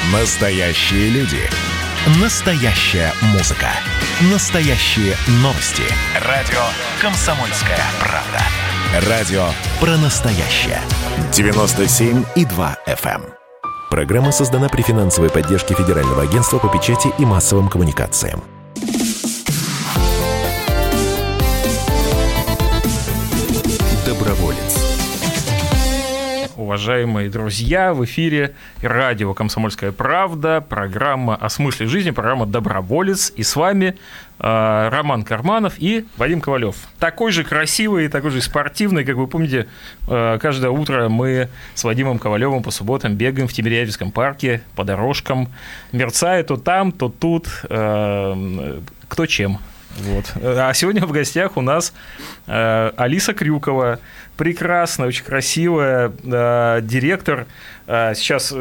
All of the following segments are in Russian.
Настоящие люди. Настоящая музыка. Настоящие новости. Радио «Комсомольская правда». Радио про настоящее. 97,2 FM. Программа создана при финансовой поддержке Федерального агентства по печати и массовым коммуникациям. Доброволец. Уважаемые друзья, в эфире радио «Комсомольская правда», программа «О смысле жизни», программа «Доброволец». И с вами Роман Карманов и Вадим Ковалев. Такой же красивый и такой же спортивный, как вы помните, каждое утро мы с Вадимом Ковалевым по субботам бегаем в Тимирязевском парке по дорожкам, мерцая то там, то тут, кто чем. Вот. А сегодня в гостях у нас Алиса Крюкова, прекрасная, очень красивая, директор сейчас,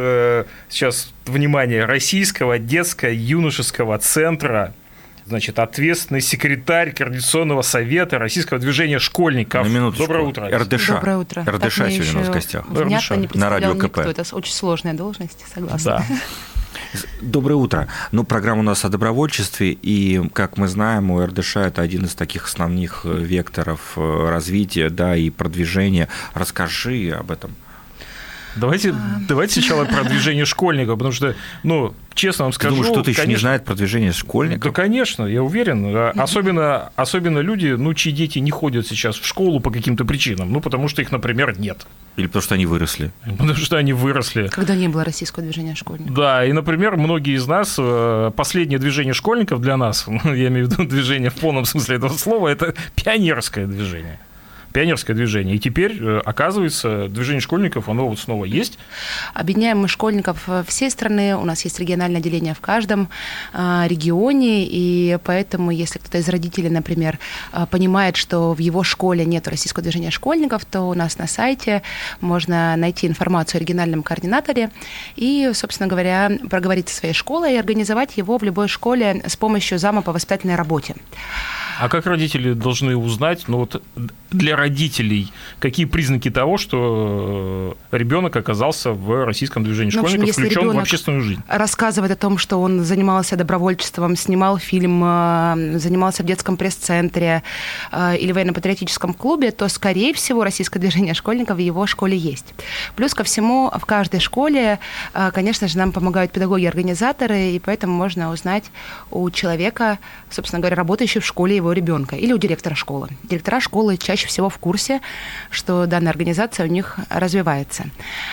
внимание, Российского детско-юношеского центра, значит, ответственный секретарь Координационного совета Российского движения школьников. На минуточку. Доброе утро. РДШ. Доброе утро. РДШ сегодня у нас в гостях. Внятно не на радио представлял КП. никто. Это очень сложная должность, согласна. Да. Доброе утро. Программа у нас о добровольчестве, и, как мы знаем, у РДШ это один из таких основных векторов развития, да, и продвижения. Расскажи об этом. Давайте сначала про движение школьников, потому что, честно вам скажу... Ты думаешь, кто-то еще конечно, не знает про движение школьников? Да, конечно, я уверен. Особенно люди, чьи дети не ходят сейчас в школу по каким-то причинам. Потому что их, например, нет. Или потому что они выросли? Потому что они выросли. Когда не было российского движения школьников. Да, и, например, многие из нас, последнее движение школьников для нас, я имею в виду движение в полном смысле этого слова, это пионерское движение. Пионерское движение. И теперь, оказывается, движение школьников, оно вот снова есть. Объединяем мы школьников всей страны. У нас есть региональное отделение в каждом регионе. И поэтому, если кто-то из родителей, например, понимает, что в его школе нет российского движения школьников, то у нас на сайте можно найти информацию о региональном координаторе и, собственно говоря, проговорить со своей школой и организовать его в любой школе с помощью зама по воспитательной работе. А как родители должны узнать, для родителей, какие признаки того, что ребенок оказался в российском движении школьников, включен в общественную жизнь? Рассказывает о том, что он занимался добровольчеством, снимал фильм, занимался в детском пресс-центре или военно-патриотическом клубе, то, скорее всего, российское движение школьников в его школе есть. Плюс ко всему, в каждой школе, конечно же, нам помогают педагоги-организаторы, и поэтому можно узнать у человека, собственно говоря, работающего в школе его ребенка или у директора школы. Директора школы чаще всего в курсе, что данная организация у них развивается.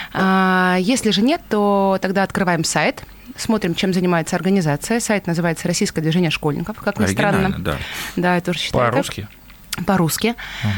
Если же нет, то тогда открываем сайт, смотрим, чем занимается организация. Сайт называется «Российское движение школьников», как ни странно. Да, я тоже считаю по-русски? По-русски.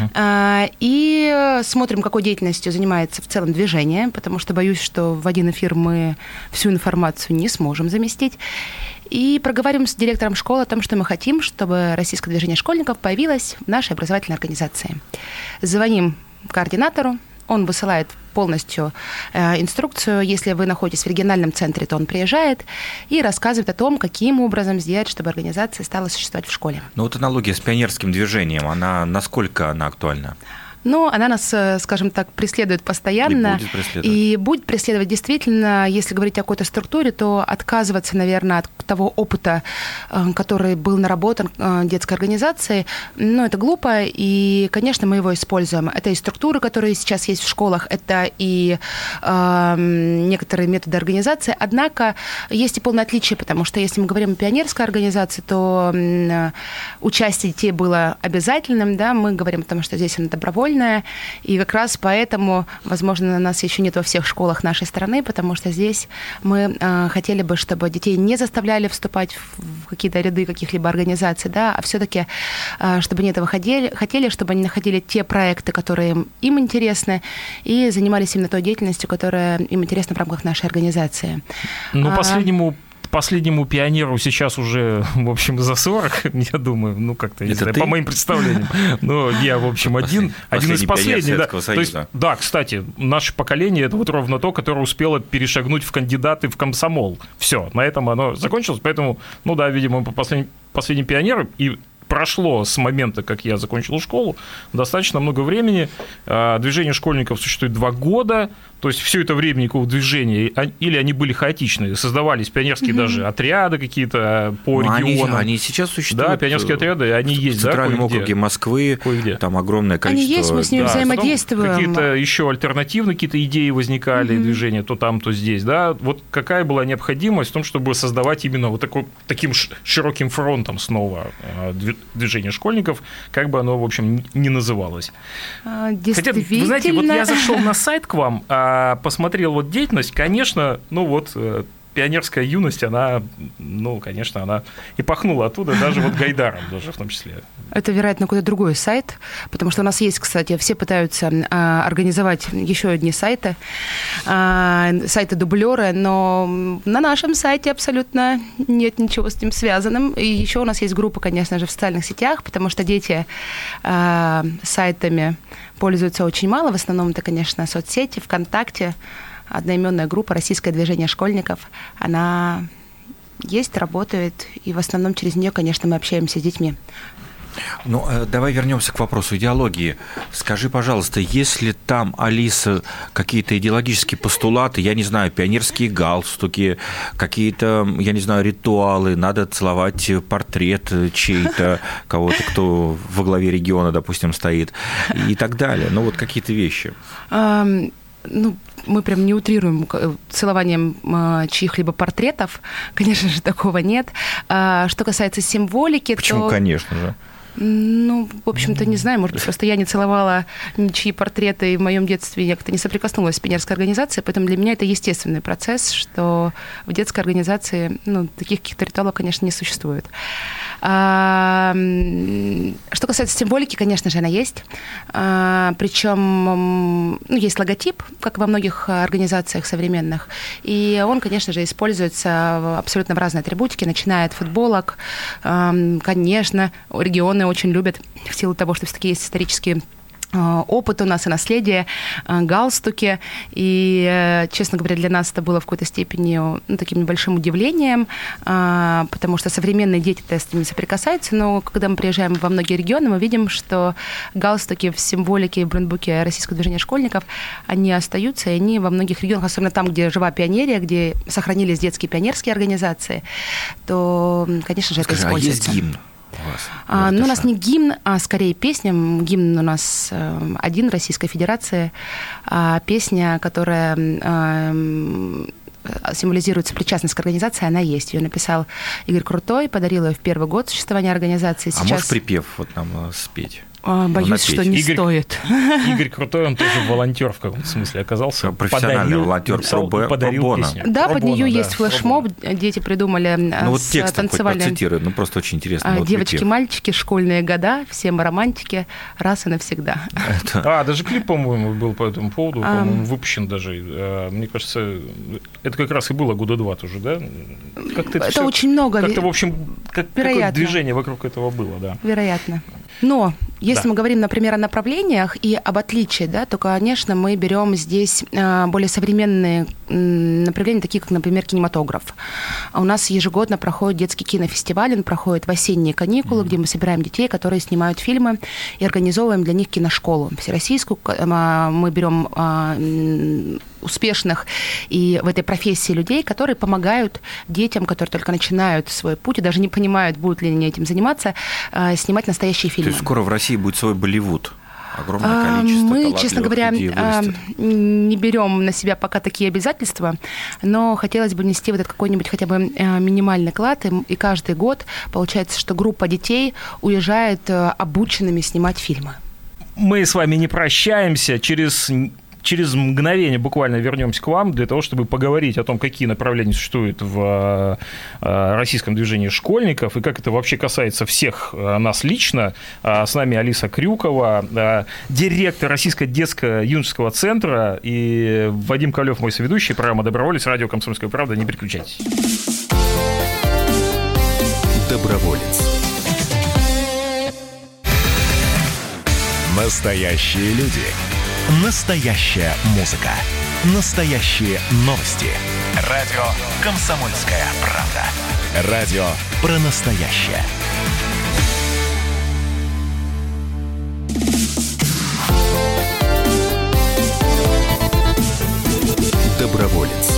И смотрим, какой деятельностью занимается в целом движение, потому что боюсь, что в один эфир мы всю информацию не сможем заместить. И проговариваем с директором школы о том, что мы хотим, чтобы российское движение школьников появилось в нашей образовательной организации. Звоним координатору, он высылает полностью инструкцию. Если вы находитесь в региональном центре, то он приезжает и рассказывает о том, каким образом сделать, чтобы организация стала существовать в школе. Аналогия с пионерским движением, насколько она актуальна? Она нас, скажем так, преследует постоянно. И будет преследовать действительно, если говорить о какой-то структуре, то отказываться, наверное, от того опыта, который был наработан детской организацией, это глупо. И, конечно, мы его используем. Это и структуры, которые сейчас есть в школах, это и некоторые методы организации. Однако есть и полное отличие, потому что если мы говорим о пионерской организации, то участие детей было обязательным. Да? Мы говорим о том, что здесь она добровольная. И как раз поэтому, возможно, нас еще нет во всех школах нашей страны, потому что здесь мы хотели бы, чтобы детей не заставляли вступать в какие-то ряды каких-либо организаций, да, а все-таки, чтобы они этого хотели, чтобы они находили те проекты, которые им интересны, и занимались именно той деятельностью, которая им интересна в рамках нашей организации. Последнему пионеру сейчас уже, в общем, за 40, я думаю, как-то, не знаю, по моим представлениям. Но я, в общем, один из последних. Да, кстати, наше поколение – это вот ровно то, которое успело перешагнуть в кандидаты в комсомол. Все, на этом оно закончилось. Поэтому, видимо, по последним пионерам и прошло с момента, как я закончил школу, достаточно много времени. Движение школьников существует 2 года, то есть все это время никакого движения, или они были хаотичные, создавались пионерские даже отряды какие-то по регионам. Они сейчас существуют. Да, пионерские отряды, они есть, в Центральном округе Москвы, там огромное количество. Они есть, мы с ними взаимодействуем. Какие-то еще альтернативные какие-то идеи возникали, движения то там, то здесь, да. Вот какая была необходимость в том, чтобы создавать именно вот таким широким фронтом снова движение школьников, как бы оно, в общем, не называлось. Хотя, вы знаете, вот я зашел на сайт к вам, посмотрел вот деятельность, конечно, пионерская юность, она, конечно, она и пахнула оттуда, даже вот Гайдаром, даже в том числе. Это, вероятно, какой-то другой сайт, потому что у нас есть, кстати, все пытаются организовать еще одни сайты, сайты-дублеры, но на нашем сайте абсолютно нет ничего с этим связанным. И еще у нас есть группа, конечно же, в социальных сетях, потому что дети сайтами пользуются очень мало, в основном это, конечно, соцсети, ВКонтакте. Одноименная группа «Российское движение школьников», она есть, работает, и в основном через нее, конечно, мы общаемся с детьми. Давай вернемся к вопросу идеологии. Скажи, пожалуйста, есть ли там, Алиса, какие-то идеологические постулаты, я не знаю, пионерские галстуки, какие-то, я не знаю, ритуалы, надо целовать портрет чей-то, кого-то, кто во главе региона, допустим, стоит, и так далее. Какие-то вещи. Мы прям не утрируем целованием чьих-либо портретов. Конечно же, такого нет. Что касается символики, Почему, конечно же? В общем-то, не знаю, может быть, просто я не целовала ничьи портреты, и в моем детстве я как-то не соприкоснулась с пионерской организацией, поэтому для меня это естественный процесс, что в детской организации, таких каких-то ритуалов, конечно, не существует. Что касается символики, конечно же, она есть. Причем, есть логотип, как во многих организациях современных, и он, конечно же, используется абсолютно в разной атрибутике, начиная от футболок. Конечно, регионы очень любят, в силу того, что все-таки есть исторические опыт у нас и наследие, галстуки. И, честно говоря, для нас это было в какой-то степени таким небольшим удивлением, потому что современные дети с этим не соприкасаются, но когда мы приезжаем во многие регионы, мы видим, что галстуки в символике и в брендбуке Российского движения школьников, они остаются, и они во многих регионах, особенно там, где жива пионерия, где сохранились детские пионерские организации, то, конечно же, это используется. А есть гимн? У нас не гимн, а скорее песня. Гимн у нас один, Российской Федерации. Песня, которая символизирует сопричастность к организации, она есть. Ее написал Игорь Крутой, подарил ее в первый год существования организации. Сейчас... А можешь припев нам спеть? Боюсь, что не стоит. Игорь Крутой, он тоже волонтер в каком-то смысле оказался. Профессиональный волонтер, подарил песню. Да, под нее есть флешмоб. Дети придумали текст танцевальные... процитируй, просто очень интересно. Девочки-мальчики, школьные года, все мы романтики, раз и навсегда. Даже клип, по-моему, был по этому поводу, по-моему, выпущен даже. Мне кажется, это как раз и было 2 года тоже, да? Это очень много. Как-то, в общем, какое-то движение вокруг этого было, да. Вероятно. Но если мы говорим, например, о направлениях и об отличии, то, конечно, мы берем здесь более современные направления, такие как, например, кинематограф. У нас ежегодно проходит детский кинофестиваль, он проходит в осенние каникулы, где мы собираем детей, которые снимают фильмы, и организовываем для них киношколу всероссийскую. Мы берем успешных и в этой профессии людей, которые помогают детям, которые только начинают свой путь и даже не понимают, будут ли они этим заниматься, снимать настоящие фильмы. То есть скоро в России будет свой Болливуд? Огромное количество мы, честно говоря, не берем на себя пока такие обязательства, но хотелось бы внести вот этот какой-нибудь хотя бы минимальный вклад, и каждый год получается, что группа детей уезжает обученными снимать фильмы. Мы с вами не прощаемся. Через мгновение буквально вернемся к вам для того, чтобы поговорить о том, какие направления существуют в российском движении школьников и как это вообще касается всех нас лично. С нами Алиса Крюкова, директор Российского детско-юношеского центра, и Вадим Ковалев, мой соведущий, программа «Доброволец», радио «Комсомольская правда». Не переключайтесь. Доброволец. Настоящие люди. Настоящая музыка. Настоящие новости. Радио «Комсомольская правда». Радио про настоящее. Доброволец.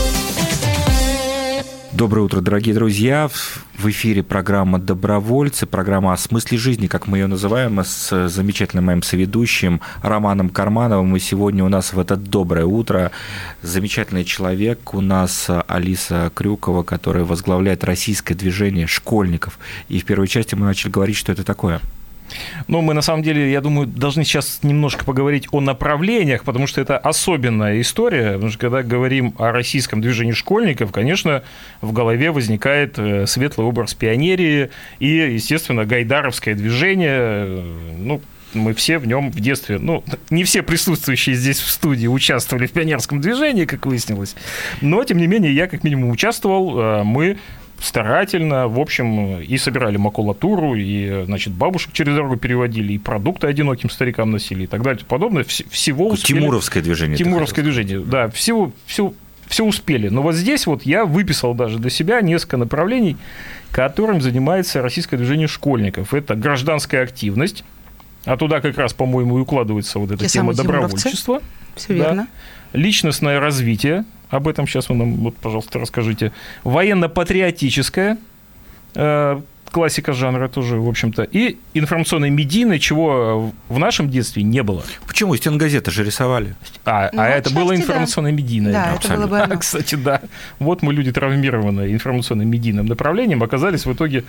Доброе утро, дорогие друзья. В эфире программа «Добровольцы», программа о смысле жизни, как мы ее называем, с замечательным моим соведущим Романом Кармановым. И сегодня у нас в это доброе утро замечательный человек. У нас Алиса Крюкова, которая возглавляет российское движение школьников. И в первой части мы начали говорить, что это такое. Ну, мы, на самом деле, я думаю, должны сейчас немножко поговорить о направлениях, потому что это особенная история. Потому что, когда говорим о российском движении школьников, конечно, в голове возникает светлый образ пионерии и, естественно, гайдаровское движение. Ну, мы все в нем в детстве, ну, не все присутствующие здесь в студии участвовали в пионерском движении, как выяснилось, но, тем не менее, я как минимум участвовал, мы старательно, в общем, и собирали макулатуру, и, значит, бабушек через дорогу переводили, и продукты одиноким старикам носили, и так далее, и подобное. Всего успели. Тимуровское движение. Тимуровское движение, да, все успели. Но вот здесь вот я выписал даже для себя несколько направлений, которым занимается российское движение школьников. Это гражданская активность, а туда как раз, по-моему, и укладывается вот эта тема добровольчества. Все верно. Личностное развитие. Об этом сейчас вы нам, вот, пожалуйста, расскажите. Военно-патриотическое, классика жанра тоже, в общем-то. И информационно-медийное, чего в нашем детстве не было. Почему? Стенгазеты же рисовали. Это было информационно-медийное. Да, это было бы оно. Кстати, да. Вот мы, люди, травмированные информационно-медийным направлением, оказались в итоге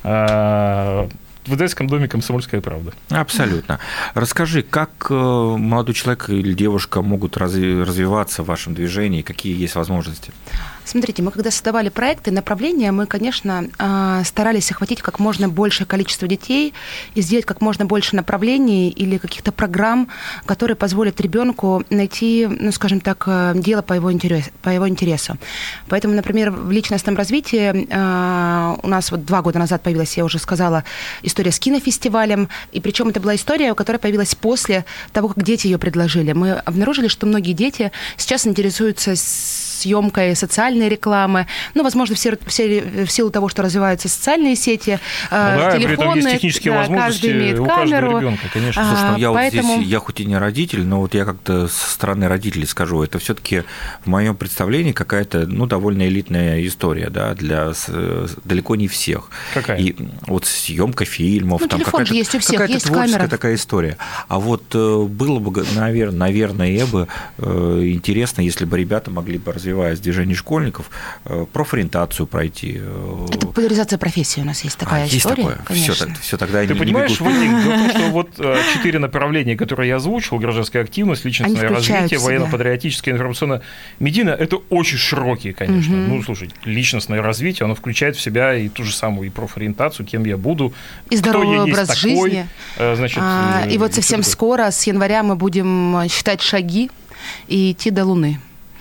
в издательском доме «Комсомольская правда». Абсолютно. Расскажи, как молодой человек или девушка могут развиваться в вашем движении, какие есть возможности? Смотрите, мы когда создавали проекты, направления, мы, конечно, старались охватить как можно большее количество детей и сделать как можно больше направлений или каких-то программ, которые позволят ребенку найти, ну, скажем так, дело по его интересу. Поэтому, например, в личностном развитии у нас вот 2 года назад появилась, я уже сказала, история с кинофестивалем, и причем это была история, которая появилась после того, как дети ее предложили. Мы обнаружили, что многие дети сейчас интересуются съемкой социальной рекламы, ну, возможно, в силу того, что развиваются социальные сети, телефоны, при этом есть технические возможности каждый имеет у камеру. Каждого ребенка, конечно. Слушай, я поэтому... вот здесь, я хоть и не родитель, но вот я как-то со стороны родителей скажу, это все-таки в моем представлении какая-то, ну, довольно элитная история, да, для далеко не всех. Какая? И вот съемка фильмов, ну, там какая-то есть у всех, какая-то есть творческая камера. Такая история. А вот было бы, наверное, интересно, если бы ребята могли бы, развиваясь в движении школьников, профориентацию пройти. Это популяризация профессии у нас есть такая история. Есть такое. Все, тогда я Ты понимаешь, Вадим, что вот 4 направления, которые я озвучил: гражданская активность, личностное развитие, военно-патриотическое, информационно-медийное, это очень широкие, конечно. Ну, слушай, личностное развитие, оно включает в себя и ту же самую и профориентацию, кем я буду, и здоровый образ жизни. Значит, и вот совсем скоро, с января, мы будем считать шаги и идти до Луны.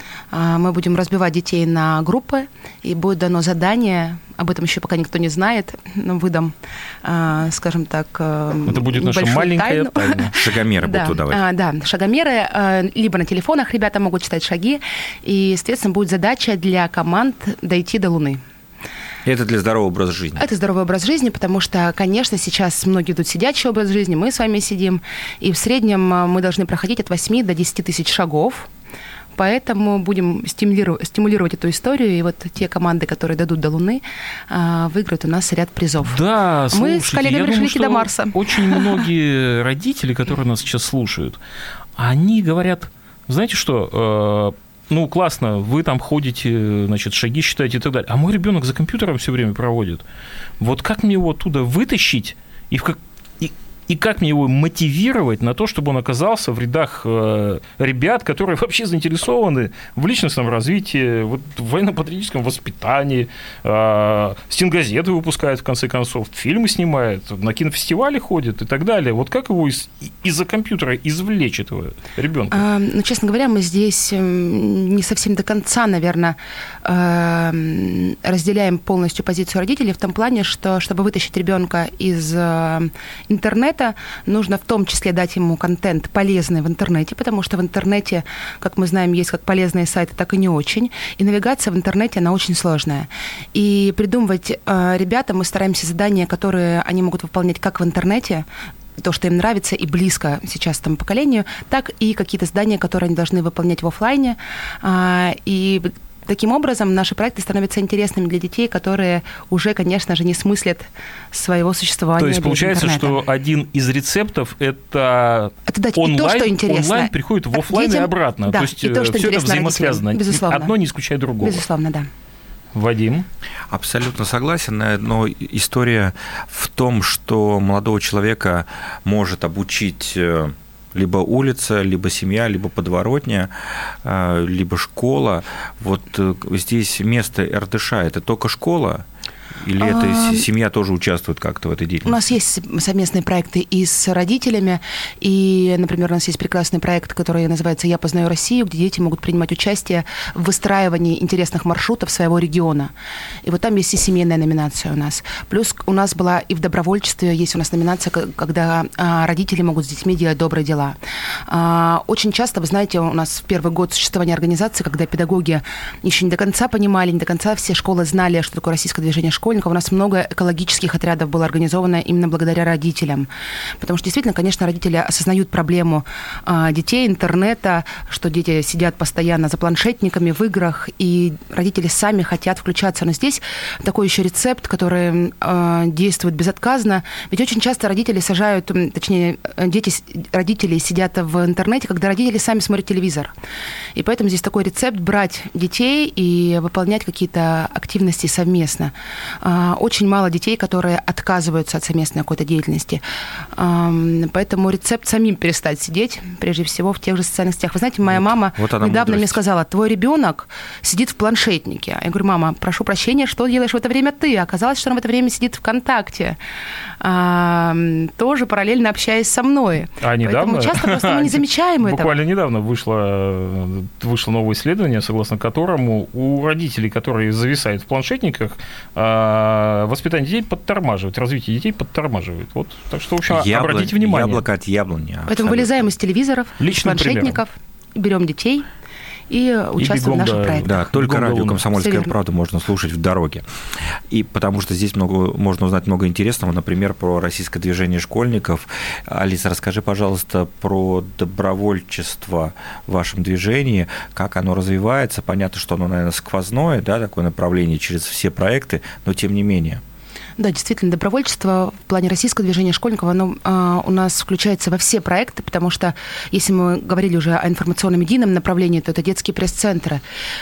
Мы будем разбивать детей на группы, и будет дано задание, об этом еще пока никто не знает, но выдам, скажем так, это будет наша маленькая тайна. Шагомеры будут выдавать. Да, шагомеры, либо на телефонах ребята могут читать шаги, и, соответственно, будет задача для команд дойти до Луны. Это для здорового образа жизни. Это здоровый образ жизни, потому что, конечно, сейчас многие идут сидячий образ жизни, мы с вами сидим, и в среднем мы должны проходить от 8 до 10 тысяч шагов. Поэтому будем стимулировать эту историю, и вот те команды, которые дойдут до Луны, выиграют у нас ряд призов. Да, мы с коллегами решили идти до Марса. Очень многие родители, которые нас сейчас слушают, они говорят, знаете что, ну, классно, вы там ходите, значит, шаги считаете и так далее, а мой ребенок за компьютером все время проводит. Вот как мне его оттуда вытащить и как мне его мотивировать на то, чтобы он оказался в рядах ребят, которые вообще заинтересованы в личностном развитии, вот, в военно-патриотическом воспитании, стенгазеты выпускают, в конце концов, фильмы снимают, на кинофестивали ходят и так далее. Вот как его из-за компьютера извлечь этого ребенка? Ну, честно говоря, мы здесь не совсем до конца, наверное, разделяем полностью позицию родителей в том плане, что чтобы вытащить ребенка из интернета, нужно в том числе дать ему контент полезный в интернете, потому что в интернете, как мы знаем, есть как полезные сайты, так и не очень. И навигация в интернете, она очень сложная. И придумывать ребятам мы стараемся задания, которые они могут выполнять как в интернете, то, что им нравится и близко сейчас этому поколению, так и какие-то задания, которые они должны выполнять в офлайне. И таким образом наши проекты становятся интересными для детей, которые уже, конечно же, не смыслят своего существования. То есть получается, что один из рецептов – это дать онлайн, и то, что интересно. Онлайн приходит в офлайн детям, и обратно. Да, то есть и то, что все это взаимосвязано. Безусловно. Одно не исключает другого. Безусловно, да. Вадим? Абсолютно согласен, но история в том, что молодого человека может обучить либо улица, либо семья, либо подворотня, либо школа. Вот здесь место РДШ – это только школа? Или эта семья тоже участвует как-то в этой деятельности? У нас есть совместные проекты и с родителями, и, например, у нас есть прекрасный проект, который называется «Я познаю Россию», где дети могут принимать участие в выстраивании интересных маршрутов своего региона. И вот там есть и семейная номинация у нас. Плюс у нас была и в добровольчестве есть у нас номинация, когда родители могут с детьми делать добрые дела. Очень часто, вы знаете, у нас в первый год существования организации, когда педагоги еще не до конца понимали, не до конца все школы знали, что такое российское движение школьников, у нас много экологических отрядов было организовано именно благодаря родителям. Потому что действительно, конечно, родители осознают проблему детей, интернета, что дети сидят постоянно за планшетниками в играх, и родители сами хотят включаться. Но здесь такой еще рецепт, который действует безотказно. Ведь очень часто родители сажают, точнее, родители сидят в интернете, когда родители сами смотрят телевизор. И поэтому здесь такой рецепт брать детей и выполнять какие-то активности совместно. Очень мало детей, которые отказываются от совместной какой-то деятельности. Поэтому рецепт самим перестать сидеть, прежде всего, в тех же социальных сетях. Вы знаете, моя мама недавно мне сказала: твой ребенок сидит в планшетнике. Я говорю: мама, прошу прощения, что делаешь в это время ты? Оказалось, что он в это время сидит ВКонтакте, тоже параллельно общаясь со мной. А недавно? Поэтому часто просто мы не замечаем этого. Буквально недавно вышло новое исследование, согласно которому у родителей, которые зависают в планшетниках, воспитание детей подтормаживает, развитие детей подтормаживает. Вот, так что, в общем, обратите внимание. Яблоко от яблони. Поэтому вылезаем из телевизоров, из планшетников, берем детей и участвуем в наших проектах. Да, только радио «Комсомольская правда» можно слушать в дороге. И потому что здесь можно узнать много интересного, например, про российское движение школьников. Алиса, расскажи, пожалуйста, про добровольчество в вашем движении, как оно развивается. Понятно, что оно, наверное, сквозное, да, такое направление через все проекты, но тем не менее. Да, действительно, добровольчество в плане российского движения школьников, оно у нас включается во все проекты, потому что, если мы говорили уже о информационно-медийном направлении, то это детские пресс-центры.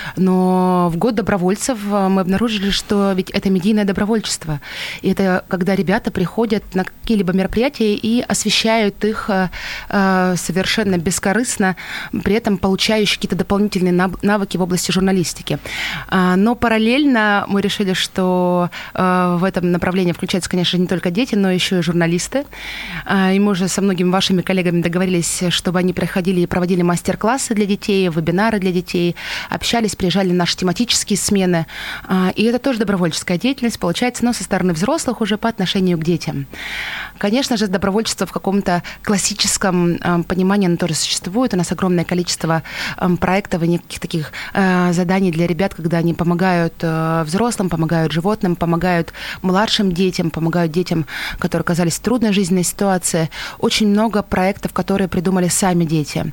Но в год добровольцев мы обнаружили, что ведь это медийное добровольчество. И это когда ребята приходят на какие-либо мероприятия и освещают их совершенно бескорыстно, при этом получающие какие-то дополнительные навыки в области журналистики. Но параллельно мы решили, что в этом направлении включаются, конечно, не только дети, но еще и журналисты. И мы уже со многими вашими коллегами договорились, чтобы они приходили и проводили мастер-классы для детей, вебинары для детей, общались, приезжали на наши тематические смены. И это тоже добровольческая деятельность, получается, но со стороны взрослых уже по отношению к детям. Конечно же, добровольчество в каком-то классическом понимании оно тоже существует. У нас огромное количество проектов и неких таких заданий для ребят, когда они помогают взрослым, помогают животным, помогают младшим детям, помогают детям, которые оказались в трудной жизненной ситуации. Очень много проектов, которые придумали сами дети.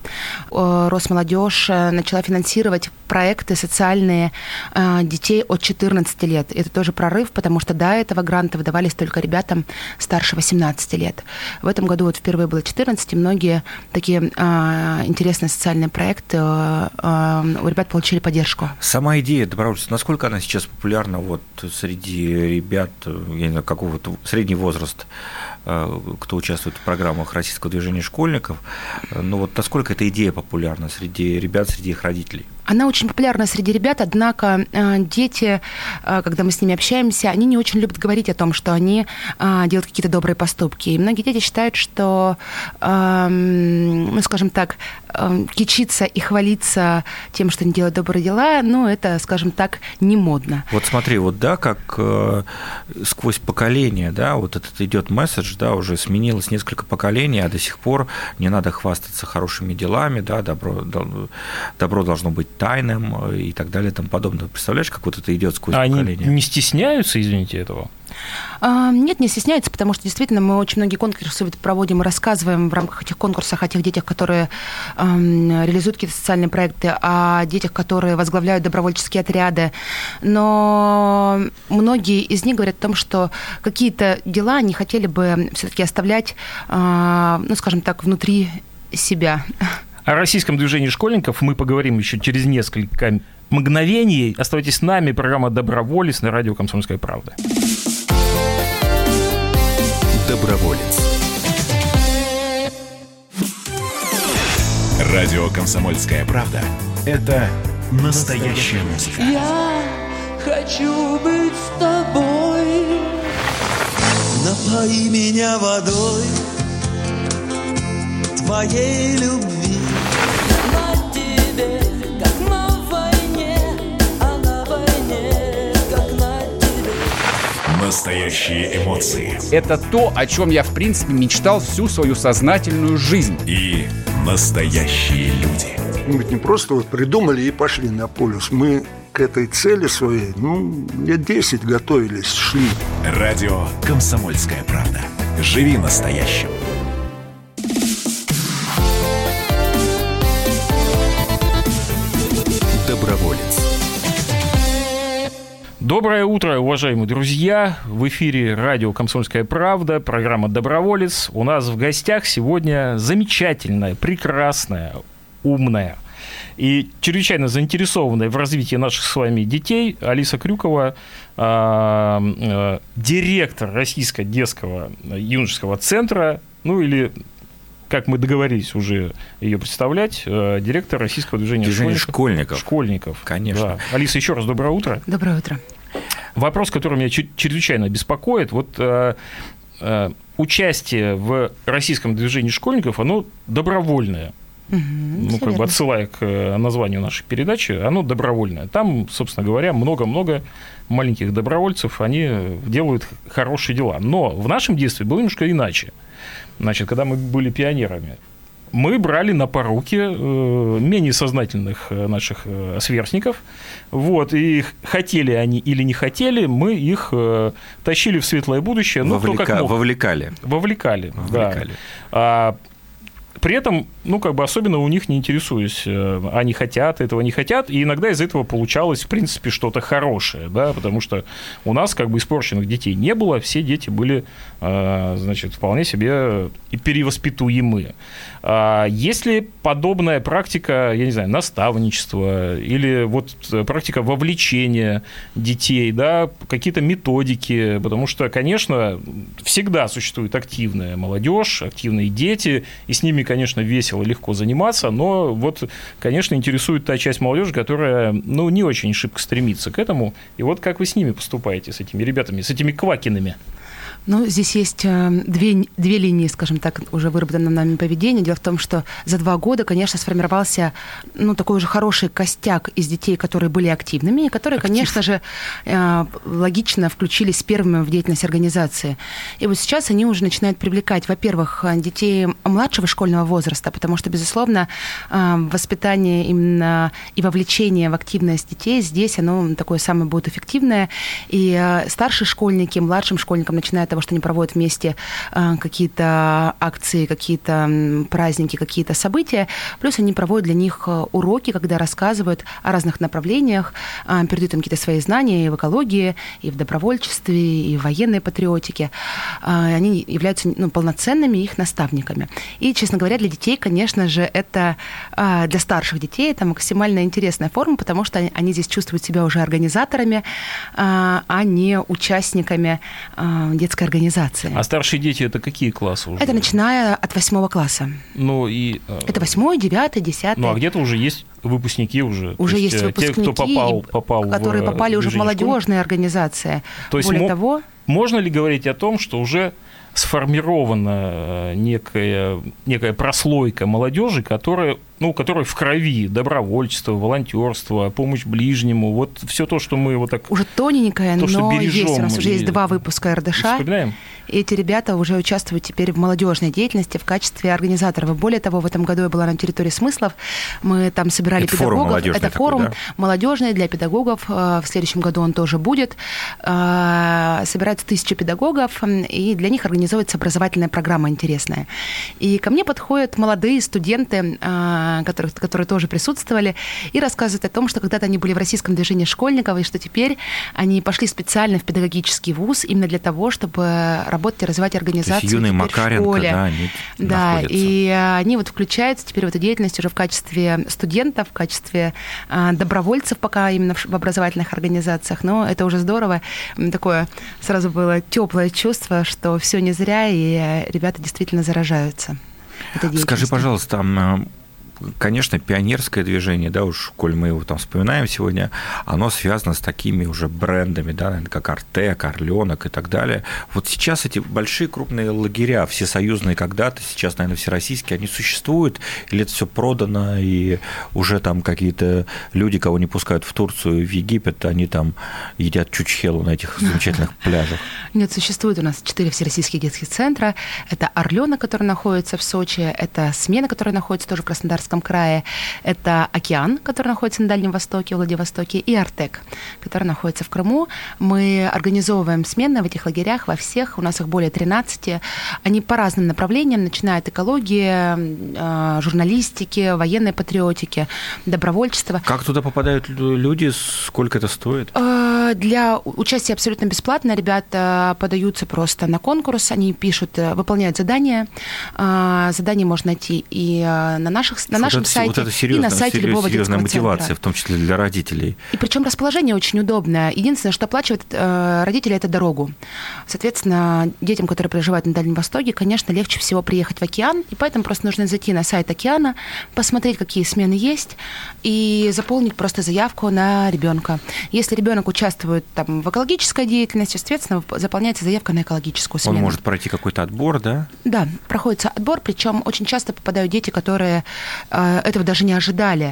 Росмолодежь начала финансировать проекты социальные детей от 14 лет. Это тоже прорыв, потому что до этого гранты выдавались только ребятам старше 18 лет. В этом году вот впервые было 14, и многие такие интересные социальные проекты у ребят получили поддержку. Сама идея добровольчества, насколько она сейчас популярна вот среди ребят, я не знаю, какого-то средний возраст, кто участвует в программах российского движения школьников, но вот насколько эта идея популярна среди ребят, среди их родителей? Она очень популярна среди ребят, однако дети, когда мы с ними общаемся, они не очень любят говорить о том, что они делают какие-то добрые поступки. И многие дети считают, что, ну, скажем так, кичиться и хвалиться тем, что они делают добрые дела, ну, это, скажем так, не модно. Вот смотри, вот да, как сквозь поколения, да, вот этот идет месседж, да, уже сменилось несколько поколений, а до сих пор не надо хвастаться хорошими делами, да, добро должно быть тайным и так далее и тому подобное. Представляешь, как вот это идет сквозь поколение? Они не стесняются, извините, этого? Нет, не стесняются, потому что действительно мы очень многие конкурсы проводим и рассказываем в рамках этих конкурсов о тех детях, которые реализуют какие-то социальные проекты, о детях, которые возглавляют добровольческие отряды. Но многие из них говорят о том, что какие-то дела они хотели бы все-таки оставлять, скажем так, внутри себя. О российском движении школьников мы поговорим еще через несколько мгновений. Оставайтесь с нами. Программа «Доброволец» на радио «Комсомольская правда». Доброволец. Радио «Комсомольская правда» – это настоящая музыка. Я хочу быть с тобой. Напои меня водой твоей любви. На тебе, как на войне, а на войне, как на тебе. Настоящие эмоции. Это то, о чем я, в принципе, мечтал всю свою сознательную жизнь. И настоящие люди. Мы ведь не просто придумали и пошли на полюс. Мы к этой цели своей, лет 10 готовились, шли. Радио «Комсомольская правда». Живи настоящим. Доброволец. Доброе утро, уважаемые друзья! В эфире радио «Комсомольская правда», программа «Доброволец». У нас в гостях сегодня замечательная, прекрасная, умная и чрезвычайно заинтересованная в развитии наших с вами детей Алиса Крюкова, директор Российского детского юношеского центра, или, как мы договорились уже ее представлять, директор Российского движения школьников. Школьников. Конечно. Да. Алиса, еще раз доброе утро. Доброе утро. Вопрос, который меня чрезвычайно беспокоит, участие в Российском движении школьников, оно добровольное. Отсылая к названию нашей передачи, оно добровольное. Там, собственно говоря, много-много маленьких добровольцев, они делают хорошие дела. Но в нашем детстве было немножко иначе. Значит, когда мы были пионерами, мы брали на поруки менее сознательных наших сверстников, и хотели они или не хотели, мы их тащили в светлое будущее. Вовлекали. Да. При этом, особенно у них не интересуюсь, они хотят, этого не хотят, и иногда из этого получалось, в принципе, что-то хорошее, да, потому что у нас испорченных детей не было, все дети были, вполне себе и перевоспитуемые. Есть ли подобная практика, я не знаю, наставничества или практика вовлечения детей, да, какие-то методики, потому что, конечно, всегда существует активная молодежь, активные дети, и с ними, конечно, весело, легко заниматься, но конечно, интересует та часть молодежи, которая, не очень шибко стремится к этому. И как вы с ними поступаете, с этими ребятами, с этими Квакиными? Здесь есть две линии, скажем так, уже выработанного нами поведения. Дело в том, что за 2 года, конечно, сформировался такой уже хороший костяк из детей, которые были активными, и которые, конечно же, логично включились первыми в деятельность организации. И сейчас они уже начинают привлекать, во-первых, детей младшего школьного возраста, потому что, безусловно, воспитание именно и вовлечение в активность детей здесь, оно такое самое будет эффективное. И старшие школьники, младшим школьникам начинают того, что они проводят вместе какие-то акции, какие-то праздники, какие-то события. Плюс они проводят для них уроки, когда рассказывают о разных направлениях, передают им какие-то свои знания и в экологии, и в добровольчестве, и в военной патриотике. Они являются полноценными их наставниками. И, честно говоря, для детей, конечно же, это для старших детей это максимально интересная форма, потому что они здесь чувствуют себя уже организаторами, а не участниками детской организации. А старшие дети это какие классы уже? Это начиная от 8 класса. Это 8, 9, 10. А где-то уже есть выпускники уже. Уже есть выпускники, те, кто попал которые попали уже в молодежные организации. То есть можно ли говорить о том, что уже сформирована некая прослойка молодежи, которая у которой в крови добровольчество, волонтерство, помощь ближнему, вот все то, что мы вот так... Уже тоненькое, но есть. У нас уже есть 2 выпуска РДШ. Вспоминаем. И эти ребята уже участвуют теперь в молодежной деятельности в качестве организаторов. И более того, в этом году я была на территории смыслов. Мы там собирали это педагогов. Это форум такой, да? молодежный для педагогов. В следующем году он тоже будет. Собираются 1000 педагогов, и для них организовывается образовательная программа интересная. И ко мне подходят молодые студенты, которые тоже присутствовали, и рассказывают о том, что когда-то они были в российском движении школьников, и что теперь они пошли специально в педагогический вуз именно для того, чтобы работать и развивать организацию. То есть юные Макаренко, в школе. Да, они находятся. И они вот включаются теперь в эту деятельность уже в качестве студентов, в качестве добровольцев пока именно в образовательных организациях. Но это уже здорово. Такое сразу было теплое чувство, что все не зря, и ребята действительно заражаются этой деятельностью. Скажи, пожалуйста, конечно, пионерское движение, да, уж, коль мы его там вспоминаем сегодня, оно связано с такими уже брендами, да, наверное, как Артек, Орленок и так далее. Вот сейчас эти большие крупные лагеря, всесоюзные когда-то, сейчас, наверное, всероссийские, они существуют, или это все продано, и уже там какие-то люди, кого не пускают в Турцию и в Египет, они там едят чучхелу на этих замечательных пляжах? Нет, существует у нас 4 всероссийских детских центра. Это Орленок, который находится в Сочи, это Смена, которая находится тоже в Краснодарском крае, это Океан, который находится на Дальнем Востоке, в Владивостоке, и Артек, который находится в Крыму. Мы организовываем смены в этих лагерях, во всех, у нас их более 13. Они по разным направлениям, начиная от экологии, журналистики, военной патриотики, добровольчества. Как туда попадают люди, сколько это стоит? Для участия абсолютно бесплатно. Ребята подаются просто на конкурс, они пишут, выполняют задания. Задания можно найти и на нашем сайте, и на сайте любого детского мотивация, центра. В том числе для родителей. И причем расположение очень удобное. Единственное, что оплачивают родители, это дорогу. Соответственно, детям, которые проживают на Дальнем Востоке, конечно, легче всего приехать в Океан, и поэтому просто нужно зайти на сайт Океана, посмотреть, какие смены есть, и заполнить просто заявку на ребенка. Если ребенок участвует там в экологической деятельности, соответственно, заполняется заявка на экологическую смену. Он может пройти какой-то отбор, да? Да, проходится отбор, причем очень часто попадают дети, которые этого даже не ожидали.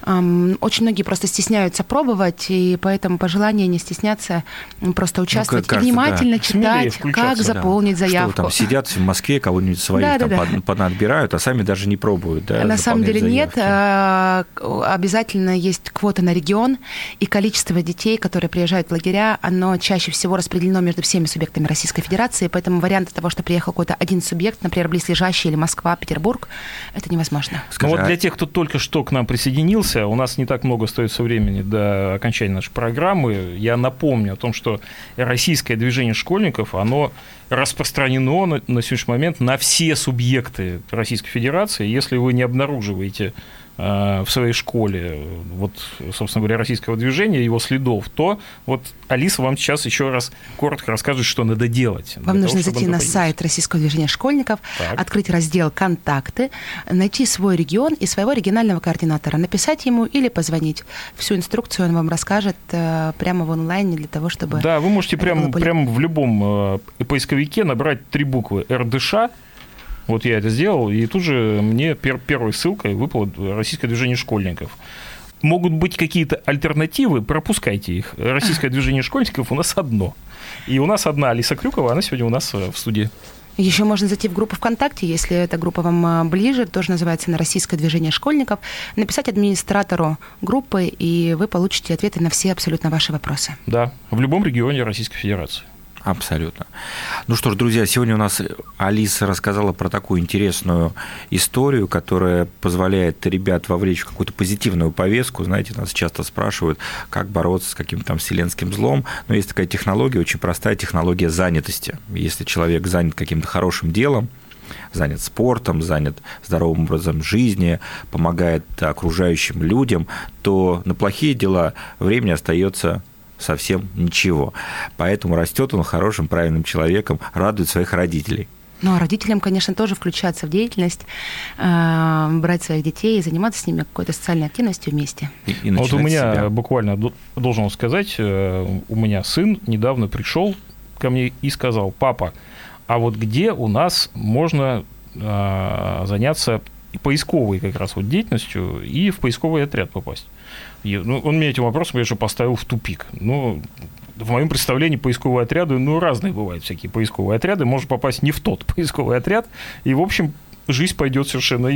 Очень многие просто стесняются пробовать, и поэтому пожелание не стесняться, просто участвовать и внимательно читать, как заполнить заявку. Что там сидят в Москве, кого-нибудь своих понадбирают, а сами даже не пробуют. Да, на самом деле заявки. Нет. Обязательно есть квота на регион, и количество детей, которые приезжают в лагеря, оно чаще всего распределено между всеми субъектами Российской Федерации, поэтому вариант того, что приехал какой-то один субъект, например, близлежащий или Москва, Петербург, это невозможно. Вот для тех, кто только что к нам присоединился, у нас не так много остается времени до окончания нашей программы. Я напомню о том, что российское движение школьников, оно распространено на сегодняшний момент на все субъекты Российской Федерации. Если вы не обнаруживаете в своей школе, вот, собственно говоря, российского движения, его следов, то вот Алиса вам сейчас еще раз коротко расскажет, что надо делать. Вам нужно зайти на сайт Российского движения школьников, открыть раздел «Контакты», найти свой регион и своего регионального координатора, написать ему или позвонить. Всю инструкцию он вам расскажет прямо в онлайне для того, чтобы... Да, вы можете прямо в любом поисковике набрать 3 буквы «РДШ». Вот я это сделал, и тут же мне первой ссылкой выпало «Российское движение школьников». Могут быть какие-то альтернативы, пропускайте их. Российское движение школьников у нас одно. И у нас одна Алиса Крюкова, она сегодня у нас в студии. Еще можно зайти в группу ВКонтакте, если эта группа вам ближе, тоже называется «На российское движение школьников», написать администратору группы, и вы получите ответы на все абсолютно ваши вопросы. Да, в любом регионе Российской Федерации. Абсолютно. Ну что ж, друзья, сегодня у нас Алиса рассказала про такую интересную историю, которая позволяет ребят вовлечь в какую-то позитивную повестку. Знаете, нас часто спрашивают, как бороться с каким-то там вселенским злом. Но есть такая технология, очень простая технология занятости. Если человек занят каким-то хорошим делом, занят спортом, занят здоровым образом жизни, помогает окружающим людям, то на плохие дела времени остается совсем ничего. Поэтому растет он хорошим, правильным человеком, радует своих родителей. Ну, а родителям, конечно, тоже включаться в деятельность, брать своих детей и заниматься с ними какой-то социальной активностью вместе. И вот у меня буквально, должен сказать, у меня сын недавно пришел ко мне и сказал: папа, а вот где у нас можно заняться поисковой как раз вот деятельностью и в поисковый отряд попасть. Он меня этим вопросом, конечно, поставил в тупик. Но в моем представлении поисковые отряды, разные бывают всякие поисковые отряды. Можно попасть не в тот поисковый отряд. И, в общем, жизнь пойдет совершенно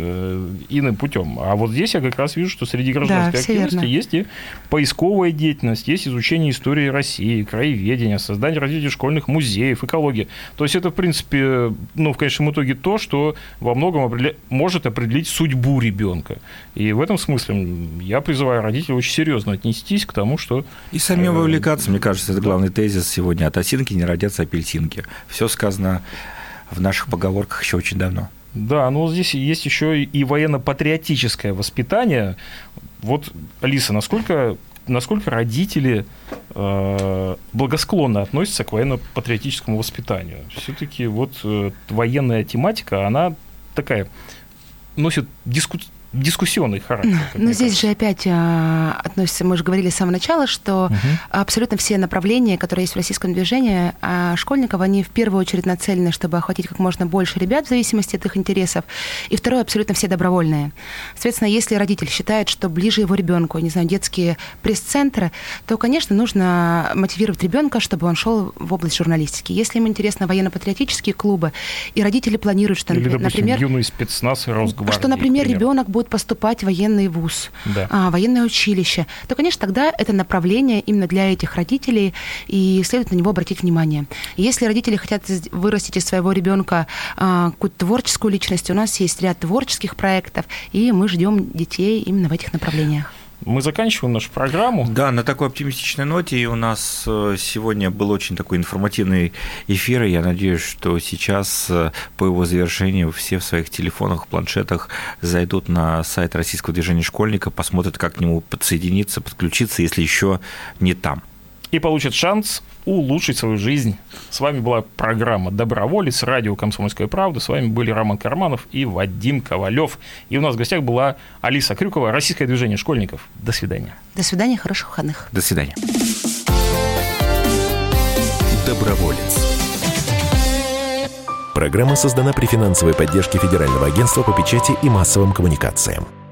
иным путем. А вот здесь я как раз вижу, что среди гражданской активности есть и поисковая деятельность, есть изучение истории России, краеведения, создание, развитие школьных музеев, экология. То есть это, в принципе, в конечном итоге то, что во многом может определить судьбу ребенка. И в этом смысле я призываю родителей очень серьезно отнестись к тому, что... И самим вовлекаться, мне кажется, это главный тезис сегодня. От осинки не родятся апельсинки. Все сказано в наших поговорках еще очень давно. Да, но здесь есть еще и военно-патриотическое воспитание. Вот, Алиса, насколько родители благосклонно относятся к военно-патриотическому воспитанию? Все-таки вот военная тематика, она такая, носит дискуссионный характер. Но здесь же опять относится, мы же говорили с самого начала, что абсолютно все направления, которые есть в российском движении школьников, они в первую очередь нацелены, чтобы охватить как можно больше ребят в зависимости от их интересов. И второе, абсолютно все добровольные. Соответственно, если родитель считает, что ближе его ребенку, не знаю, детские пресс-центры, то, конечно, нужно мотивировать ребенка, чтобы он шел в область журналистики. Если им интересны военно-патриотические клубы, и родители планируют, что, или, допустим, юный спецназ и Росгвардии, что, например, ребенок будет поступать в военный вуз, военное училище, то, конечно, тогда это направление именно для этих родителей, и следует на него обратить внимание. Если родители хотят вырастить из своего ребенка какую-то творческую личность, у нас есть ряд творческих проектов, и мы ждем детей именно в этих направлениях. Мы заканчиваем нашу программу. Да, на такой оптимистичной ноте. И у нас сегодня был очень такой информативный эфир. И я надеюсь, что сейчас по его завершению все в своих телефонах, планшетах зайдут на сайт Российского движения школьников, посмотрят, как к нему подсоединиться, подключиться, если еще не там. И получат шанс улучшить свою жизнь. С вами была программа «Доброволец», радио «Комсомольская правда». С вами были Роман Карманов и Вадим Ковалев. И у нас в гостях была Алиса Крюкова, Российское движение школьников. До свидания. До свидания, хороших выходных. До свидания. Доброволец. Программа создана при финансовой поддержке Федерального агентства по печати и массовым коммуникациям.